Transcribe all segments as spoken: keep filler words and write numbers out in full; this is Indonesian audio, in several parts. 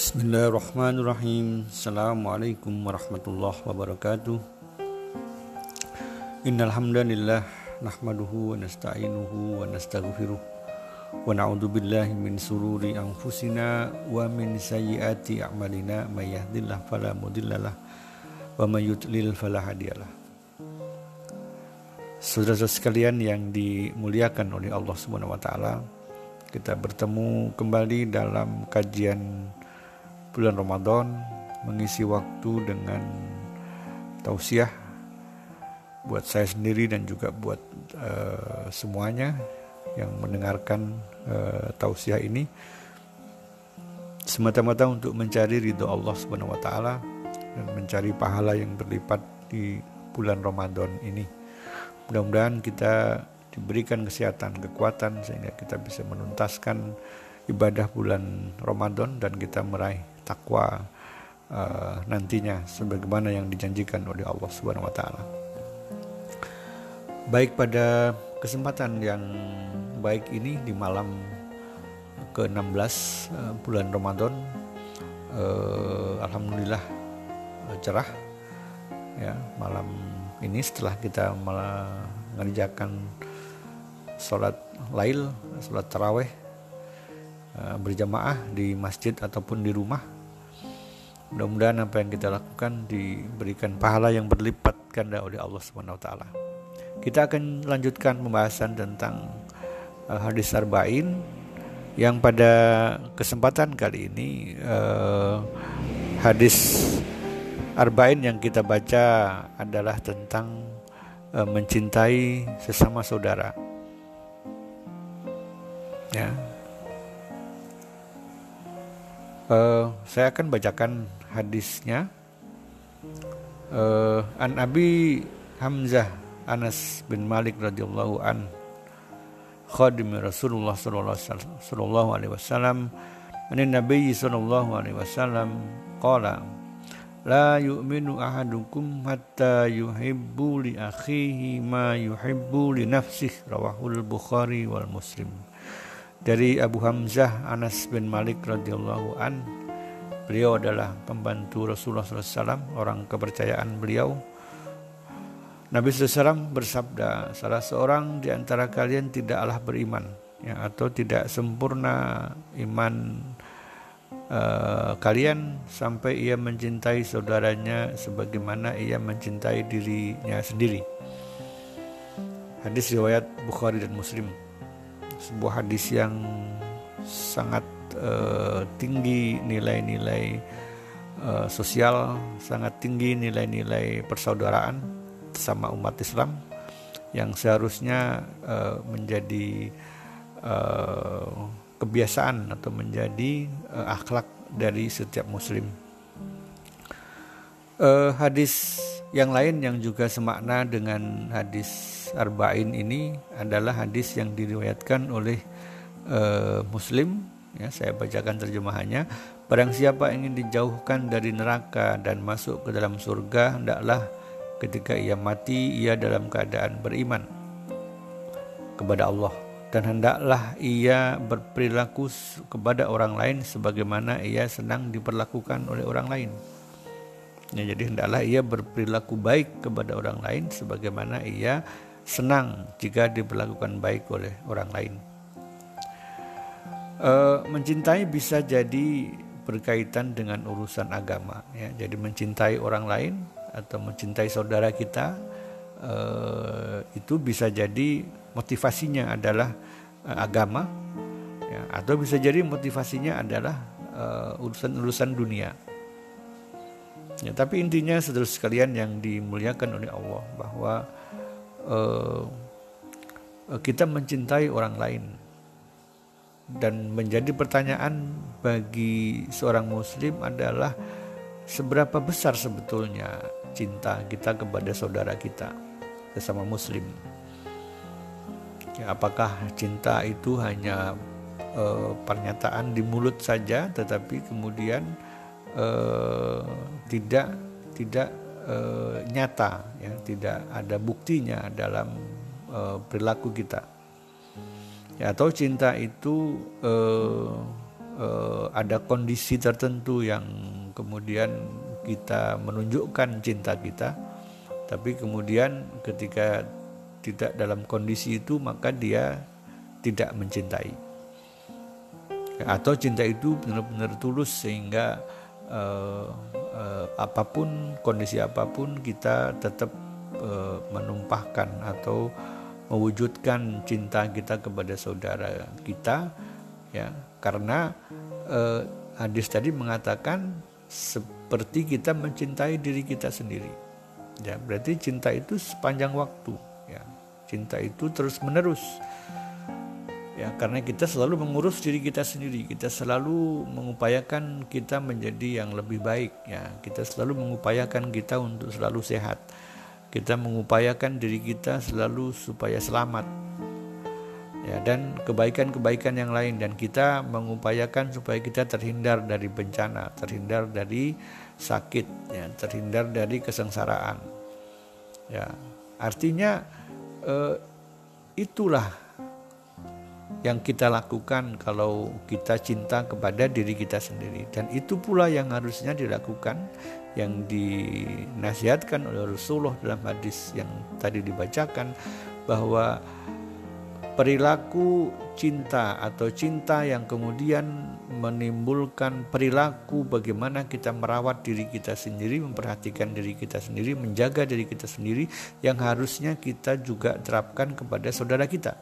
Bismillahirrahmanirrahim. Assalamualaikum warahmatullahi wabarakatuh. Innal hamdalillah nahmaduhu wa nasta'inuhu wa nastaghfiruh wa na'udzu billahi min sururi anfusina wa min sayyiati a'malina may yahdihillahu fala mudhillalah wa may yudlil fala hadiyalah. Saudara-saudara sekalian yang dimuliakan oleh Allah Subhanahu wa taala, kita bertemu kembali dalam kajian bulan Ramadan, mengisi waktu dengan tausiah buat saya sendiri dan juga buat uh, semuanya yang mendengarkan uh, tausiah ini, semata-mata untuk mencari ridho Allah Subhanahu wa taala dan mencari pahala yang berlipat di bulan Ramadan ini. Mudah-mudahan kita diberikan kesehatan, kekuatan sehingga kita bisa menuntaskan ibadah bulan Ramadan dan kita meraih takwa uh, nantinya sebagaimana yang dijanjikan oleh Allah Subhanahu wa taala. Baik, pada kesempatan yang baik ini di malam ke enam belas uh, bulan Ramadan, uh, alhamdulillah uh, cerah ya malam ini setelah kita mengerjakan sholat lail, sholat tarawih berjamaah di masjid ataupun di rumah. Mudah-mudahan apa yang kita lakukan diberikan pahala yang berlipat ganda oleh Allah Subhanahu wa taala. Kita akan lanjutkan pembahasan tentang uh, hadis arba'in yang pada kesempatan kali ini uh, hadis arba'in yang kita baca adalah tentang uh, mencintai sesama saudara. Ya. Uh, saya akan bacakan hadisnya. Uh, An Abi Hamzah Anas bin Malik radhiyallahu an, khadim Rasulullah sallallahu alaihi wasallam, anin Nabi sallallahu alaihi wasallam qala la yu'minu ahadukum hatta yuhibbu li akhihi ma yuhibbu li nafsihi, rawahul Bukhari wal Muslim. Dari Abu Hamzah Anas bin Malik radhiyallahu an, beliau adalah pembantu Rasulullah sallallahu alaihi wasallam, orang kepercayaan beliau. Nabi sallallahu alaihi wasallam bersabda, salah seorang di antara kalian tidaklah beriman ya, atau tidak sempurna iman uh, kalian sampai ia mencintai saudaranya sebagaimana ia mencintai dirinya sendiri. Hadis riwayat Bukhari dan Muslim. Sebuah hadis yang sangat uh, tinggi nilai-nilai uh, sosial, sangat tinggi nilai-nilai persaudaraan sama umat Islam yang seharusnya uh, menjadi uh, kebiasaan atau menjadi uh, akhlak dari setiap muslim. Uh, hadis yang lain yang juga semakna dengan hadis arba'in ini adalah hadis yang diriwayatkan oleh uh, Muslim. Ya, saya bacakan terjemahannya. Barang siapa ingin dijauhkan dari neraka dan masuk ke dalam surga, hendaklah ketika ia mati ia dalam keadaan beriman kepada Allah, dan hendaklah ia berperilaku kepada orang lain sebagaimana ia senang diperlakukan oleh orang lain. Ya, jadi hendaklah ia berperilaku baik kepada orang lain sebagaimana ia senang jika diperlakukan baik oleh orang lain. E, mencintai bisa jadi berkaitan dengan urusan agama. Ya, jadi mencintai orang lain atau mencintai saudara kita e, itu bisa jadi motivasinya adalah e, agama, ya, atau bisa jadi motivasinya adalah e, urusan-urusan dunia. Ya, tapi intinya saudara sekalian yang dimuliakan oleh Allah, bahwa Uh, kita mencintai orang lain, dan menjadi pertanyaan bagi seorang muslim adalah seberapa besar sebetulnya cinta kita kepada saudara kita sesama muslim. Ya, apakah cinta itu hanya uh, pernyataan di mulut saja tetapi kemudian uh, tidak tidak Uh, nyata, ya, tidak ada buktinya dalam uh, perilaku kita, ya, atau cinta itu uh, eh, ada kondisi tertentu yang kemudian kita menunjukkan cinta kita, tapi kemudian ketika tidak dalam kondisi itu maka dia tidak mencintai, atau cinta itu benar-benar tulus sehingga eh, eh, apapun kondisi apapun kita tetap eh, menumpahkan atau mewujudkan cinta kita kepada saudara kita, ya, karena eh, hadis tadi mengatakan seperti kita mencintai diri kita sendiri, ya, berarti cinta itu sepanjang waktu, ya, cinta itu terus menerus, ya, karena kita selalu mengurus diri kita sendiri, kita selalu mengupayakan kita menjadi yang lebih baik, ya, kita selalu mengupayakan kita untuk selalu sehat. Kita mengupayakan diri kita selalu supaya selamat, ya, dan kebaikan-kebaikan yang lain, dan kita mengupayakan supaya kita terhindar dari bencana, terhindar dari sakit, ya, terhindar dari kesengsaraan, ya, artinya eh, itulah yang kita lakukan kalau kita cinta kepada diri kita sendiri, dan itu pula yang harusnya dilakukan, yang dinasihatkan oleh Rasulullah dalam hadis yang tadi dibacakan, bahwa perilaku cinta atau cinta yang kemudian menimbulkan perilaku bagaimana kita merawat diri kita sendiri, memperhatikan diri kita sendiri, menjaga diri kita sendiri, yang harusnya kita juga terapkan kepada saudara kita.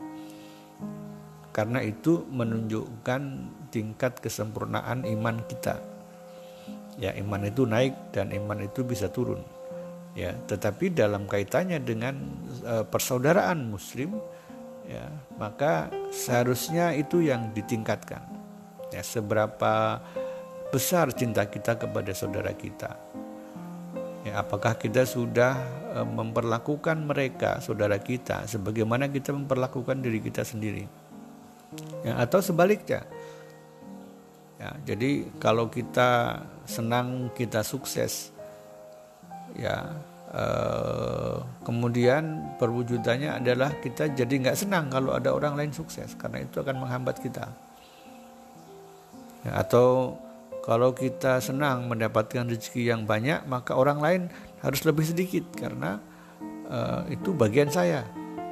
Karena itu menunjukkan tingkat kesempurnaan iman kita. Ya, iman itu naik dan iman itu bisa turun. Ya, tetapi dalam kaitannya dengan e, persaudaraan muslim, ya, maka seharusnya itu yang ditingkatkan. Ya, seberapa besar cinta kita kepada saudara kita. Ya, apakah kita sudah e, memperlakukan mereka, saudara kita, sebagaimana kita memperlakukan diri kita sendiri? Ya, atau sebaliknya. Ya, jadi kalau kita senang, kita sukses, ya, eh, kemudian perwujudannya adalah kita jadi nggak senang kalau ada orang lain sukses, karena itu akan menghambat kita. Ya, atau kalau kita senang mendapatkan rezeki yang banyak, maka orang lain harus lebih sedikit karena eh, itu bagian saya.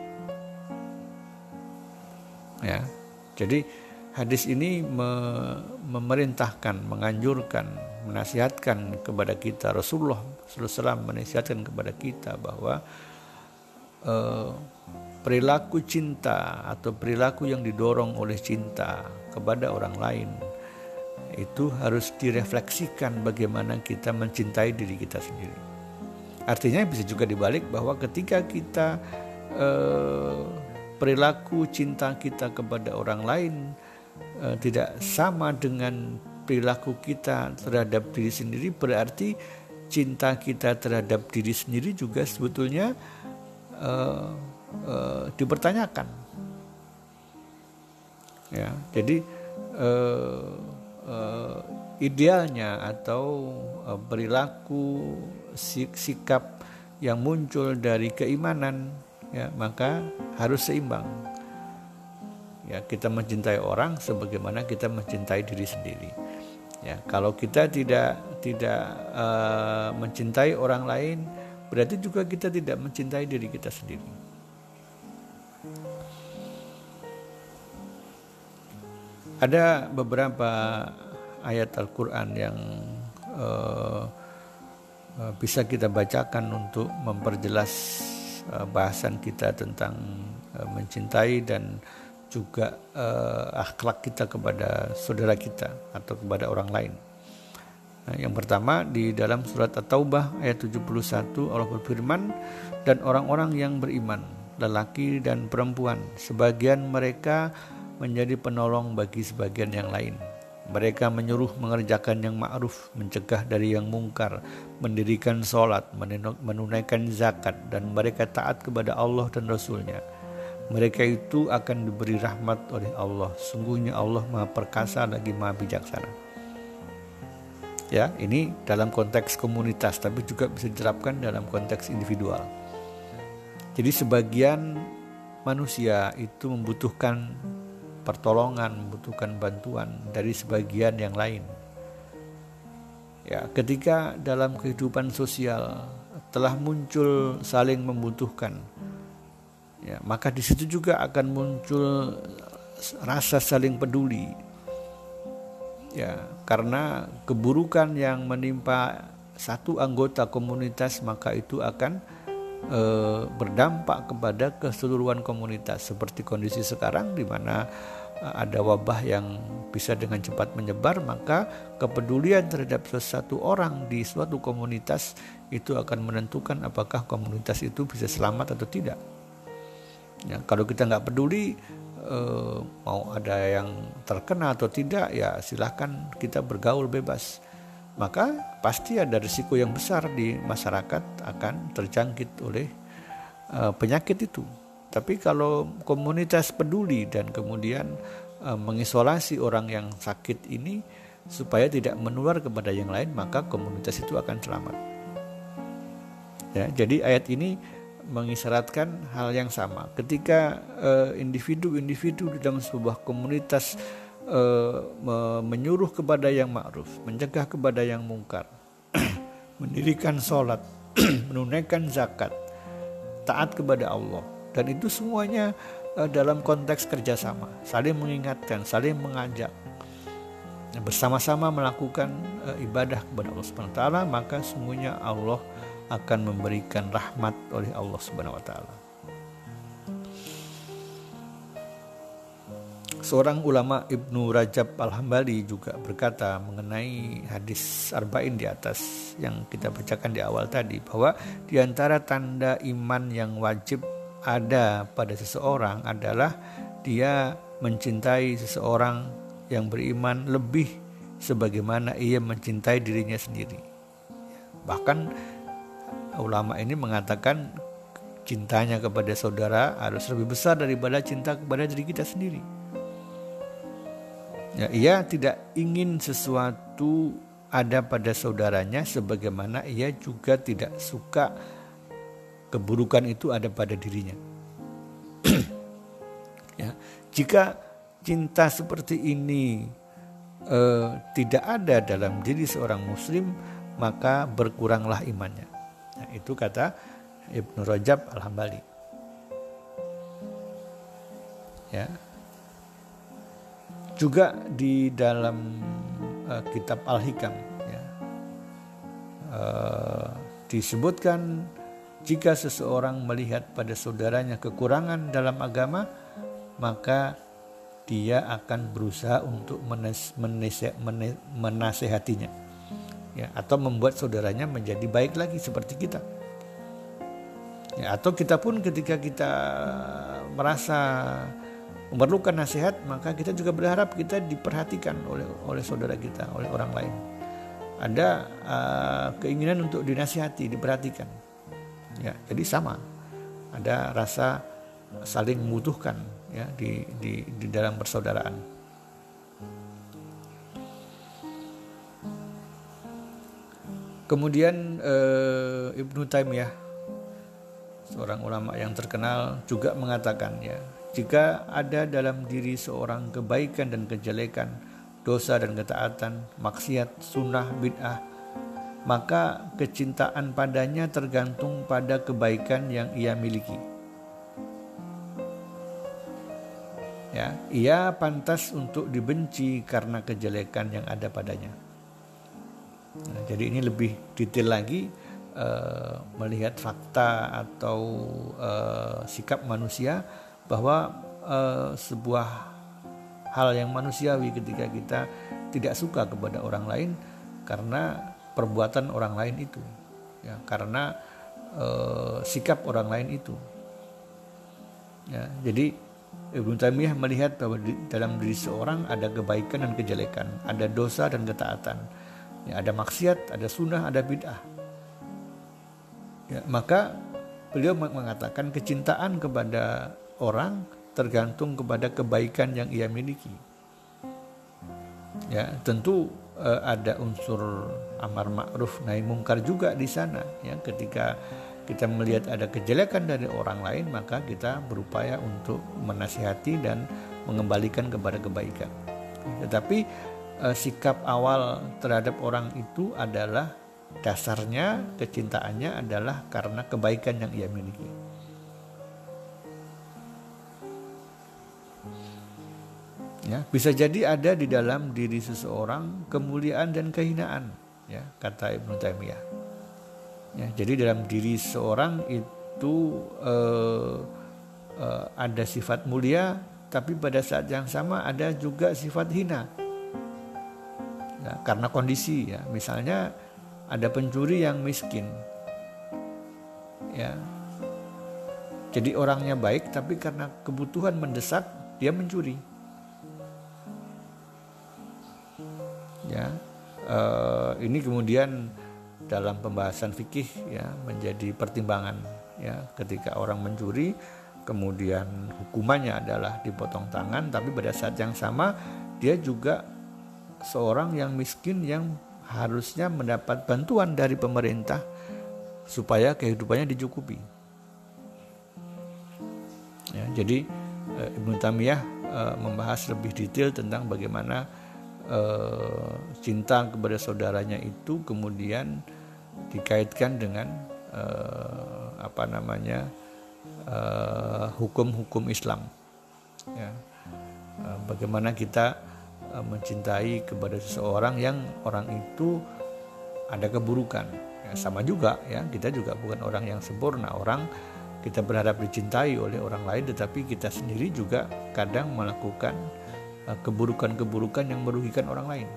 Ya, jadi hadis ini me- memerintahkan, menganjurkan, menasihatkan kepada kita, Rasulullah shallallahu alaihi wasallam menasihatkan kepada kita bahwa eh, perilaku cinta atau perilaku yang didorong oleh cinta kepada orang lain itu harus direfleksikan bagaimana kita mencintai diri kita sendiri. Artinya bisa juga dibalik, bahwa ketika kita eh, perilaku cinta kita kepada orang lain e, tidak sama dengan perilaku kita terhadap diri sendiri, berarti cinta kita terhadap diri sendiri juga sebetulnya e, e, dipertanyakan. Ya, jadi e, e, idealnya atau e, perilaku sik, sikap yang muncul dari keimanan, ya, maka harus seimbang. Ya, kita mencintai orang sebagaimana kita mencintai diri sendiri. Ya, kalau kita tidak tidak uh, mencintai orang lain, berarti juga kita tidak mencintai diri kita sendiri. Ada beberapa ayat Al-Quran yang uh, uh, bisa kita bacakan untuk memperjelas bahasan kita tentang uh, mencintai dan juga uh, akhlak kita kepada saudara kita atau kepada orang lain. Nah, yang pertama di dalam surat At-Taubah ayat tujuh puluh satu, Allah berfirman, dan orang-orang yang beriman, lelaki dan perempuan, sebagian mereka menjadi penolong bagi sebagian yang lain. Mereka menyuruh mengerjakan yang ma'ruf, mencegah dari yang mungkar, mendirikan sholat, menunaikan zakat, dan mereka taat kepada Allah dan Rasul-Nya. Mereka itu akan diberi rahmat oleh Allah. Sungguhnya Allah Maha Perkasa lagi Maha Bijaksana. Ya, ini dalam konteks komunitas, tapi juga bisa diterapkan dalam konteks individual. Jadi sebagian manusia itu membutuhkan pertolongan, membutuhkan bantuan dari sebagian yang lain. Ya, ketika dalam kehidupan sosial telah muncul saling membutuhkan, ya, maka di situ juga akan muncul rasa saling peduli. Ya, karena keburukan yang menimpa satu anggota komunitas maka itu akan e, berdampak kepada keseluruhan komunitas, seperti kondisi sekarang di mana ada wabah yang bisa dengan cepat menyebar, maka kepedulian terhadap sesuatu orang di suatu komunitas itu akan menentukan apakah komunitas itu bisa selamat atau tidak. Ya, kalau kita nggak peduli eh, mau ada yang terkena atau tidak, ya silahkan kita bergaul bebas, maka pasti ada risiko yang besar di masyarakat akan terjangkit oleh eh, penyakit itu. Tapi kalau komunitas peduli dan kemudian e, mengisolasi orang yang sakit ini supaya tidak menular kepada yang lain, maka komunitas itu akan selamat. Ya, jadi ayat ini mengisyaratkan hal yang sama. Ketika e, individu-individu di dalam sebuah komunitas e, me, menyuruh kepada yang ma'ruf, mencegah kepada yang mungkar, mendirikan sholat, menunaikan zakat, taat kepada Allah, dan itu semuanya uh, dalam konteks kerjasama, saling mengingatkan, saling mengajak, bersama-sama melakukan uh, ibadah kepada Allah Subhanahu wa taala, maka semuanya Allah akan memberikan rahmat oleh Allah Subhanahu wa taala. Seorang ulama Ibnu Rajab Al-Hambali juga berkata mengenai hadis arba'in di atas yang kita bacakan di awal tadi, bahwa di antara tanda iman yang wajib ada pada seseorang adalah dia mencintai seseorang yang beriman lebih sebagaimana ia mencintai dirinya sendiri. Bahkan ulama ini mengatakan cintanya kepada saudara harus lebih besar daripada cinta kepada diri kita sendiri. Ya, ia tidak ingin sesuatu ada pada saudaranya sebagaimana ia juga tidak suka keburukan itu ada pada dirinya. Ya, jika cinta seperti ini eh, tidak ada dalam diri seorang muslim, maka berkuranglah imannya. Nah, itu kata Ibnu Rajab Al-Hambali. Ya. Juga di dalam uh, kitab Al-Hikam, ya, uh, disebutkan jika seseorang melihat pada saudaranya kekurangan dalam agama, maka dia akan berusaha untuk menes- menes- menes- menasehatinya, ya, atau membuat saudaranya menjadi baik lagi seperti kita. Ya, atau kita pun ketika kita merasa memerlukan nasihat, maka kita juga berharap kita diperhatikan oleh oleh saudara kita, oleh orang lain. Ada uh, keinginan untuk dinasihati, diperhatikan. Ya, jadi sama. Ada rasa saling membutuhkan, ya, di di di dalam persaudaraan. Kemudian uh, Ibnu Taimiyah, seorang ulama yang terkenal, juga mengatakan, ya, jika ada dalam diri seorang kebaikan dan kejelekan, dosa dan ketaatan, maksiat, sunnah, bid'ah, maka kecintaan padanya tergantung pada kebaikan yang ia miliki. Ya, ia pantas untuk dibenci karena kejelekan yang ada padanya. Nah, jadi ini lebih detail lagi, uh, melihat fakta atau uh, sikap manusia, bahwa uh, sebuah hal yang manusiawi ketika kita tidak suka kepada orang lain karena perbuatan orang lain itu, ya, karena uh, sikap orang lain itu. Ya, jadi Ibnu Taimiyah melihat bahwa di dalam diri seorang ada kebaikan dan kejelekan, ada dosa dan ketaatan, ya, ada maksiat, ada sunnah, ada bid'ah. Ya, maka beliau mengatakan kecintaan kepada orang tergantung kepada kebaikan yang ia miliki. Ya, tentu eh, ada unsur amar ma'ruf nahi mungkar juga di sana. Ya, ketika kita melihat ada kejelekan dari orang lain, maka kita berupaya untuk menasihati dan mengembalikan kepada kebaikan. Tetapi eh, sikap awal terhadap orang itu adalah dasarnya kecintaannya adalah karena kebaikan yang ia miliki. Ya, bisa jadi ada di dalam diri seseorang kemuliaan dan kehinaan, ya, kata Ibnu Taimiyah. Ya, jadi dalam diri seseorang itu eh, eh, ada sifat mulia, tapi pada saat yang sama ada juga sifat hina. Ya, karena kondisi, ya, misalnya ada pencuri yang miskin, ya, jadi orangnya baik, tapi karena kebutuhan mendesak dia mencuri. Ya, uh, ini kemudian dalam pembahasan fikih, ya, menjadi pertimbangan, ya, ketika orang mencuri kemudian hukumannya adalah dipotong tangan, tapi pada saat yang sama dia juga seorang yang miskin yang harusnya mendapat bantuan dari pemerintah supaya kehidupannya dicukupi. Ya, jadi uh, Ibnu Taimiyah uh, membahas lebih detail tentang bagaimana Uh, cinta kepada saudaranya itu kemudian dikaitkan dengan uh, apa namanya uh, hukum-hukum Islam, ya. Uh, bagaimana kita uh, mencintai kepada seseorang yang orang itu ada keburukan, ya, sama juga, ya, kita juga bukan orang yang sempurna. Orang kita berharap dicintai oleh orang lain, tetapi kita sendiri juga kadang melakukan keburukan-keburukan yang merugikan orang lain.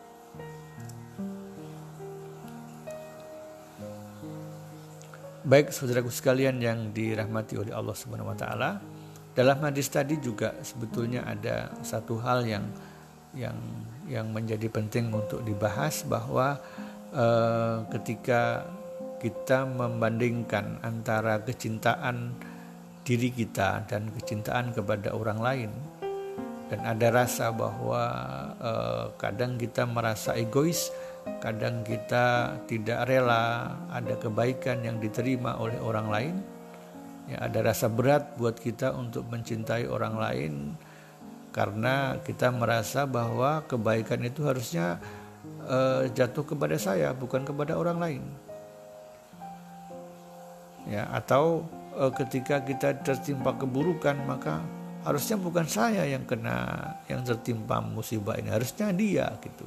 Baik saudaraku sekalian yang dirahmati oleh Allah Subhanahu wa taala, dalam hadis tadi juga sebetulnya ada satu hal yang yang yang menjadi penting untuk dibahas, bahwa eh, ketika kita membandingkan antara kecintaan diri kita dan kecintaan kepada orang lain, dan ada rasa bahwa eh, kadang kita merasa egois, kadang kita tidak rela ada kebaikan yang diterima oleh orang lain, ya, ada rasa berat buat kita untuk mencintai orang lain karena kita merasa bahwa kebaikan itu harusnya eh, jatuh kepada saya, bukan kepada orang lain, ya, atau eh, ketika kita tertimpa keburukan, maka harusnya bukan saya yang kena, yang tertimpa musibah ini, harusnya dia, gitu.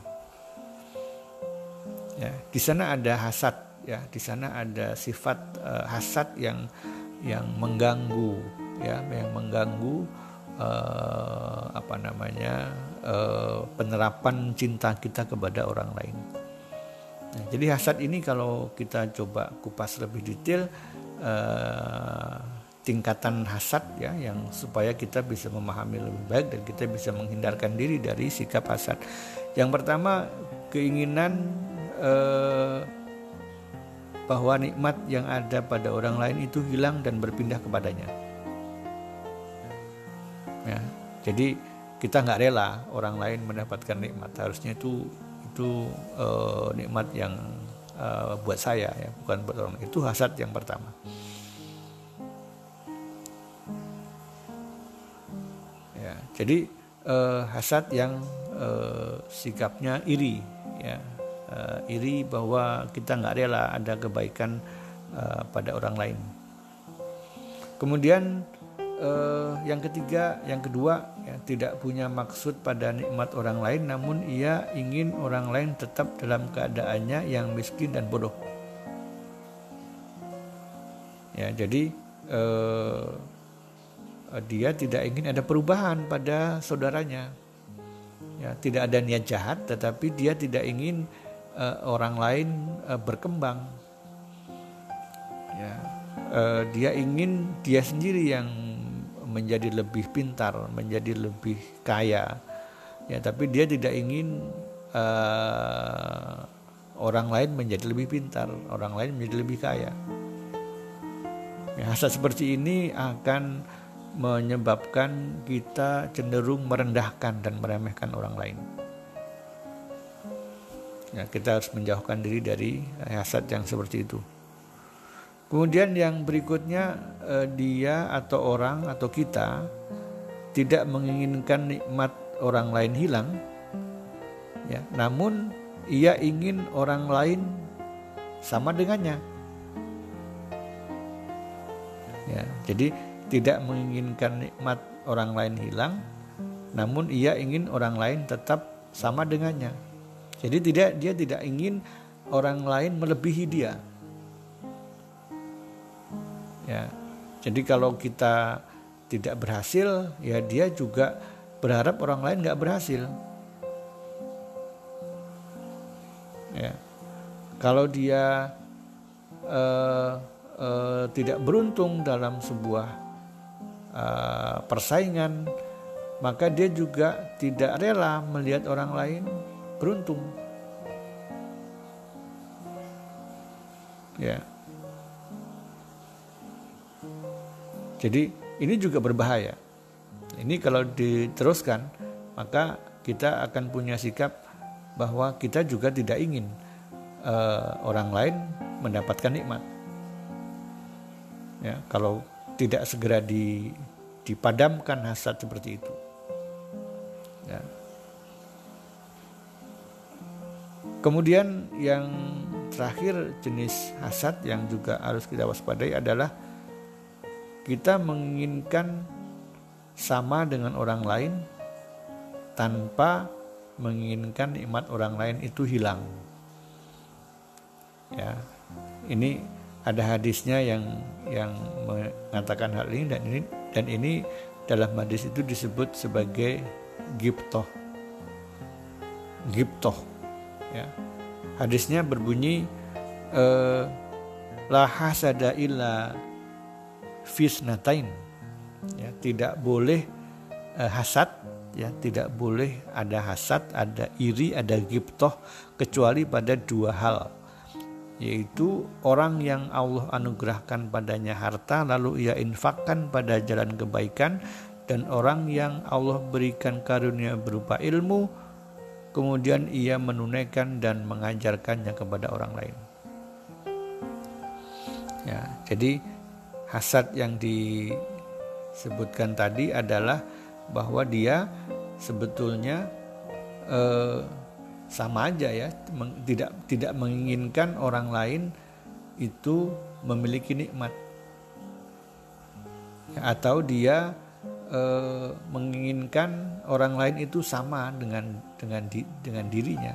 Ya, di sana ada hasad, ya, di sana ada sifat uh, hasad yang yang mengganggu, ya, yang mengganggu uh, apa namanya uh, penerapan cinta kita kepada orang lain. Nah, jadi hasad ini kalau kita coba kupas lebih detail, uh, tingkatan hasad, ya, yang supaya kita bisa memahami lebih baik dan kita bisa menghindarkan diri dari sikap hasad. Yang pertama, keinginan eh, bahwa nikmat yang ada pada orang lain itu hilang dan berpindah kepadanya. Ya, jadi kita nggak rela orang lain mendapatkan nikmat, harusnya itu itu eh, nikmat yang eh, buat saya, ya, bukan buat orang lain. Itu hasad yang pertama. Jadi eh, hasad yang eh, sikapnya iri, ya, eh, iri bahwa kita nggak rela ada kebaikan eh, pada orang lain. Kemudian eh, yang ketiga, yang kedua, ya, tidak punya maksud pada nikmat orang lain, namun ia ingin orang lain tetap dalam keadaannya yang miskin dan bodoh. Ya, jadi eh, dia tidak ingin ada perubahan pada saudaranya, ya, tidak ada niat jahat, tetapi dia tidak ingin uh, orang lain uh, berkembang, ya, uh, dia ingin dia sendiri yang menjadi lebih pintar, menjadi lebih kaya, ya, tapi dia tidak ingin uh, orang lain menjadi lebih pintar, orang lain menjadi lebih kaya. Ya, hasad seperti ini akan menyebabkan kita cenderung merendahkan dan meremehkan orang lain. Ya, kita harus menjauhkan diri dari hasad yang seperti itu. Kemudian yang berikutnya, eh, dia atau orang atau kita tidak menginginkan nikmat orang lain hilang, ya, namun ia ingin orang lain sama dengannya. Ya, jadi tidak menginginkan nikmat orang lain hilang, namun ia ingin orang lain tetap sama dengannya. Jadi tidak dia tidak ingin orang lain melebihi dia. Ya, jadi kalau kita tidak berhasil, ya dia juga berharap orang lain nggak berhasil. Ya, kalau dia uh, uh, tidak beruntung dalam sebuah uh, persaingan, maka dia juga tidak rela melihat orang lain beruntung. Ya, jadi ini juga berbahaya. Ini kalau diteruskan, maka kita akan punya sikap bahwa kita juga tidak ingin uh, orang lain mendapatkan nikmat. Ya, kalau tidak segera di, dipadamkan hasad seperti itu. Ya. Kemudian yang terakhir jenis hasad yang juga harus kita waspadai adalah kita menginginkan sama dengan orang lain tanpa menginginkan nikmat orang lain itu hilang. Ya, ini ada hadisnya yang yang mengatakan hal ini dan ini dan ini dalam hadis itu disebut sebagai ghibthah. Ghibthah. Ya. Hadisnya berbunyi eh, la hasada illa fisnatain. Ya, tidak boleh eh, hasad, ya, tidak boleh ada hasad, ada iri, ada ghibthah kecuali pada dua hal, yaitu orang yang Allah anugerahkan padanya harta lalu ia infakkan pada jalan kebaikan, dan orang yang Allah berikan karunia berupa ilmu kemudian ia menunaikan dan mengajarkannya kepada orang lain. Ya, jadi hasad yang disebutkan tadi adalah bahwa dia sebetulnya eh, sama aja ya, meng, tidak tidak menginginkan orang lain itu memiliki nikmat, ya, atau dia eh, menginginkan orang lain itu sama dengan dengan di, dengan dirinya.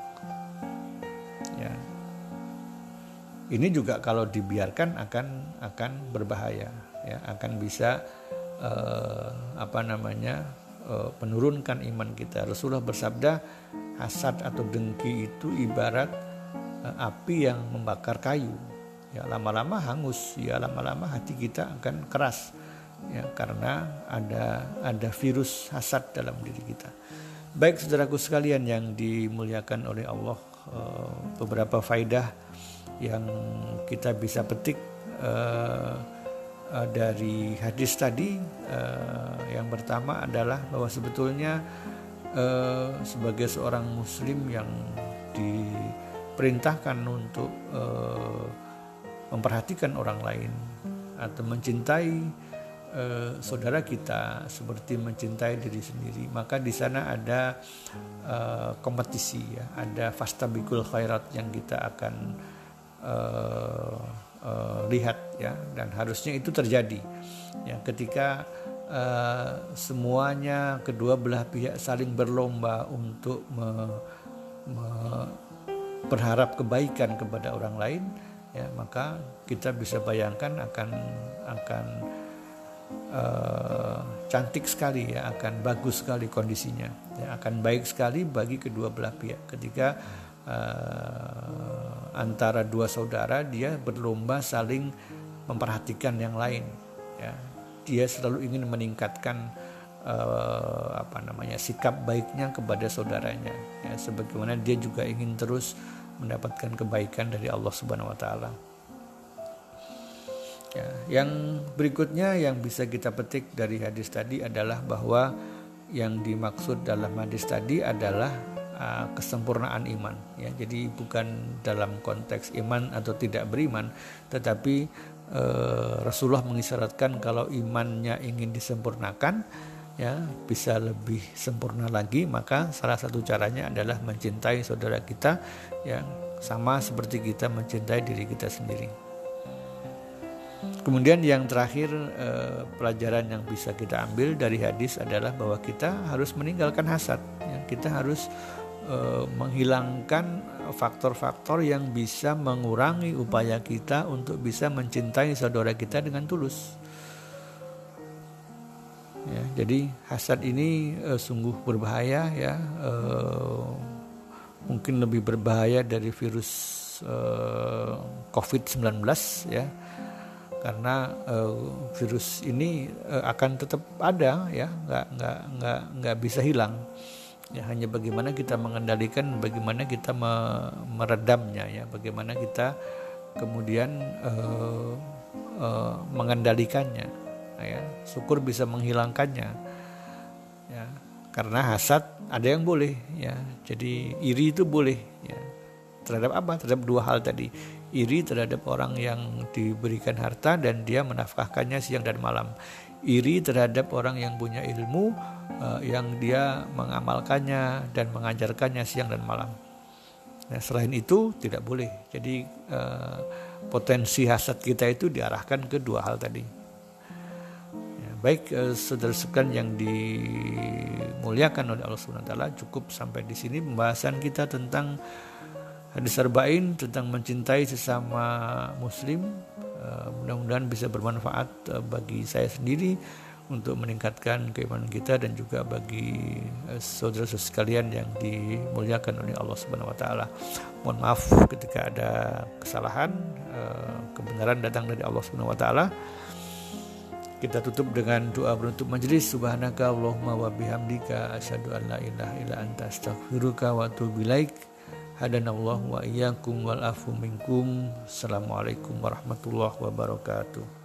Ya. Ini juga kalau dibiarkan akan akan berbahaya, ya, akan bisa eh, apa namanya eh, menurunkan iman kita. Rasulullah bersabda, hasad atau dengki itu ibarat eh, api yang membakar kayu. Ya, lama-lama hangus, ya, lama-lama hati kita akan keras, ya, karena ada ada virus hasad dalam diri kita. Baik saudaraku sekalian yang dimuliakan oleh Allah, eh, beberapa faidah yang kita bisa petik uh, uh, dari hadis tadi. Uh, yang pertama adalah bahwa sebetulnya uh, sebagai seorang muslim yang diperintahkan untuk uh, memperhatikan orang lain atau mencintai uh, saudara kita seperti mencintai diri sendiri, maka di sana ada uh, kompetisi, ya, ada fastabiqul khairat yang kita akan Uh, uh, lihat, ya, dan harusnya itu terjadi, ya, ketika uh, semuanya kedua belah pihak saling berlomba untuk me, me, berharap kebaikan kepada orang lain, ya, maka kita bisa bayangkan akan akan uh, cantik sekali, ya, akan bagus sekali kondisinya, ya, akan baik sekali bagi kedua belah pihak ketika uh, antara dua saudara dia berlomba saling memperhatikan yang lain, ya. Dia selalu ingin meningkatkan uh, apa namanya sikap baiknya kepada saudaranya, ya, sebagaimana dia juga ingin terus mendapatkan kebaikan dari Allah Subhanahu wa taala. Ya, yang berikutnya yang bisa kita petik dari hadis tadi adalah bahwa yang dimaksud dalam hadis tadi adalah Uh, kesempurnaan iman, ya. Jadi bukan dalam konteks iman atau tidak beriman, tetapi uh, Rasulullah mengisyaratkan kalau imannya ingin disempurnakan, ya bisa lebih sempurna lagi, maka salah satu caranya adalah mencintai saudara kita yang sama seperti kita mencintai diri kita sendiri. Kemudian yang terakhir, eh, pelajaran yang bisa kita ambil dari hadis adalah bahwa kita harus meninggalkan hasad, ya. Kita harus eh, menghilangkan faktor-faktor yang bisa mengurangi upaya kita untuk bisa mencintai saudara kita dengan tulus. Ya, jadi hasad ini eh, sungguh berbahaya, ya, eh, mungkin lebih berbahaya dari virus eh, covid sembilan belas, ya. Karena uh, virus ini uh, akan tetap ada, ya, nggak nggak nggak nggak bisa hilang, ya. Hanya bagaimana kita mengendalikan, bagaimana kita me- meredamnya, ya, bagaimana kita kemudian uh, uh, mengendalikannya, ya. Syukur bisa menghilangkannya, ya. Karena hasad ada yang boleh, ya. Jadi iri itu boleh, ya. Terhadap apa? Terhadap dua hal tadi. Iri terhadap orang yang diberikan harta dan dia menafkahkannya siang dan malam. Iri terhadap orang yang punya ilmu, uh, yang dia mengamalkannya dan mengajarkannya siang dan malam. Nah, selain itu tidak boleh. Jadi uh, potensi hasad kita itu diarahkan ke dua hal tadi. Ya, baik, uh, saudara sekalian yang dimuliakan oleh Allah Subhanahu wa taala, cukup sampai di sini pembahasan kita tentang hadis arba'in tentang mencintai sesama muslim. Uh, mudah-mudahan bisa bermanfaat uh, bagi saya sendiri untuk meningkatkan keimanan kita dan juga bagi uh, saudara-saudara sekalian yang dimuliakan oleh Allah Subhanahu wa taala. Mohon maaf ketika ada kesalahan, uh, kebenaran datang dari Allah Subhanahu wa taala. Kita tutup dengan doa penutup majelis. Subhanaka Allahumma wa bihamdika asyhadu an la ilaha illa anta astaghfiruka wa atubu ilaik. Hadanallahu wa iyyakum wal afu minkum. Assalamualaikum warahmatullahi wabarakatuh.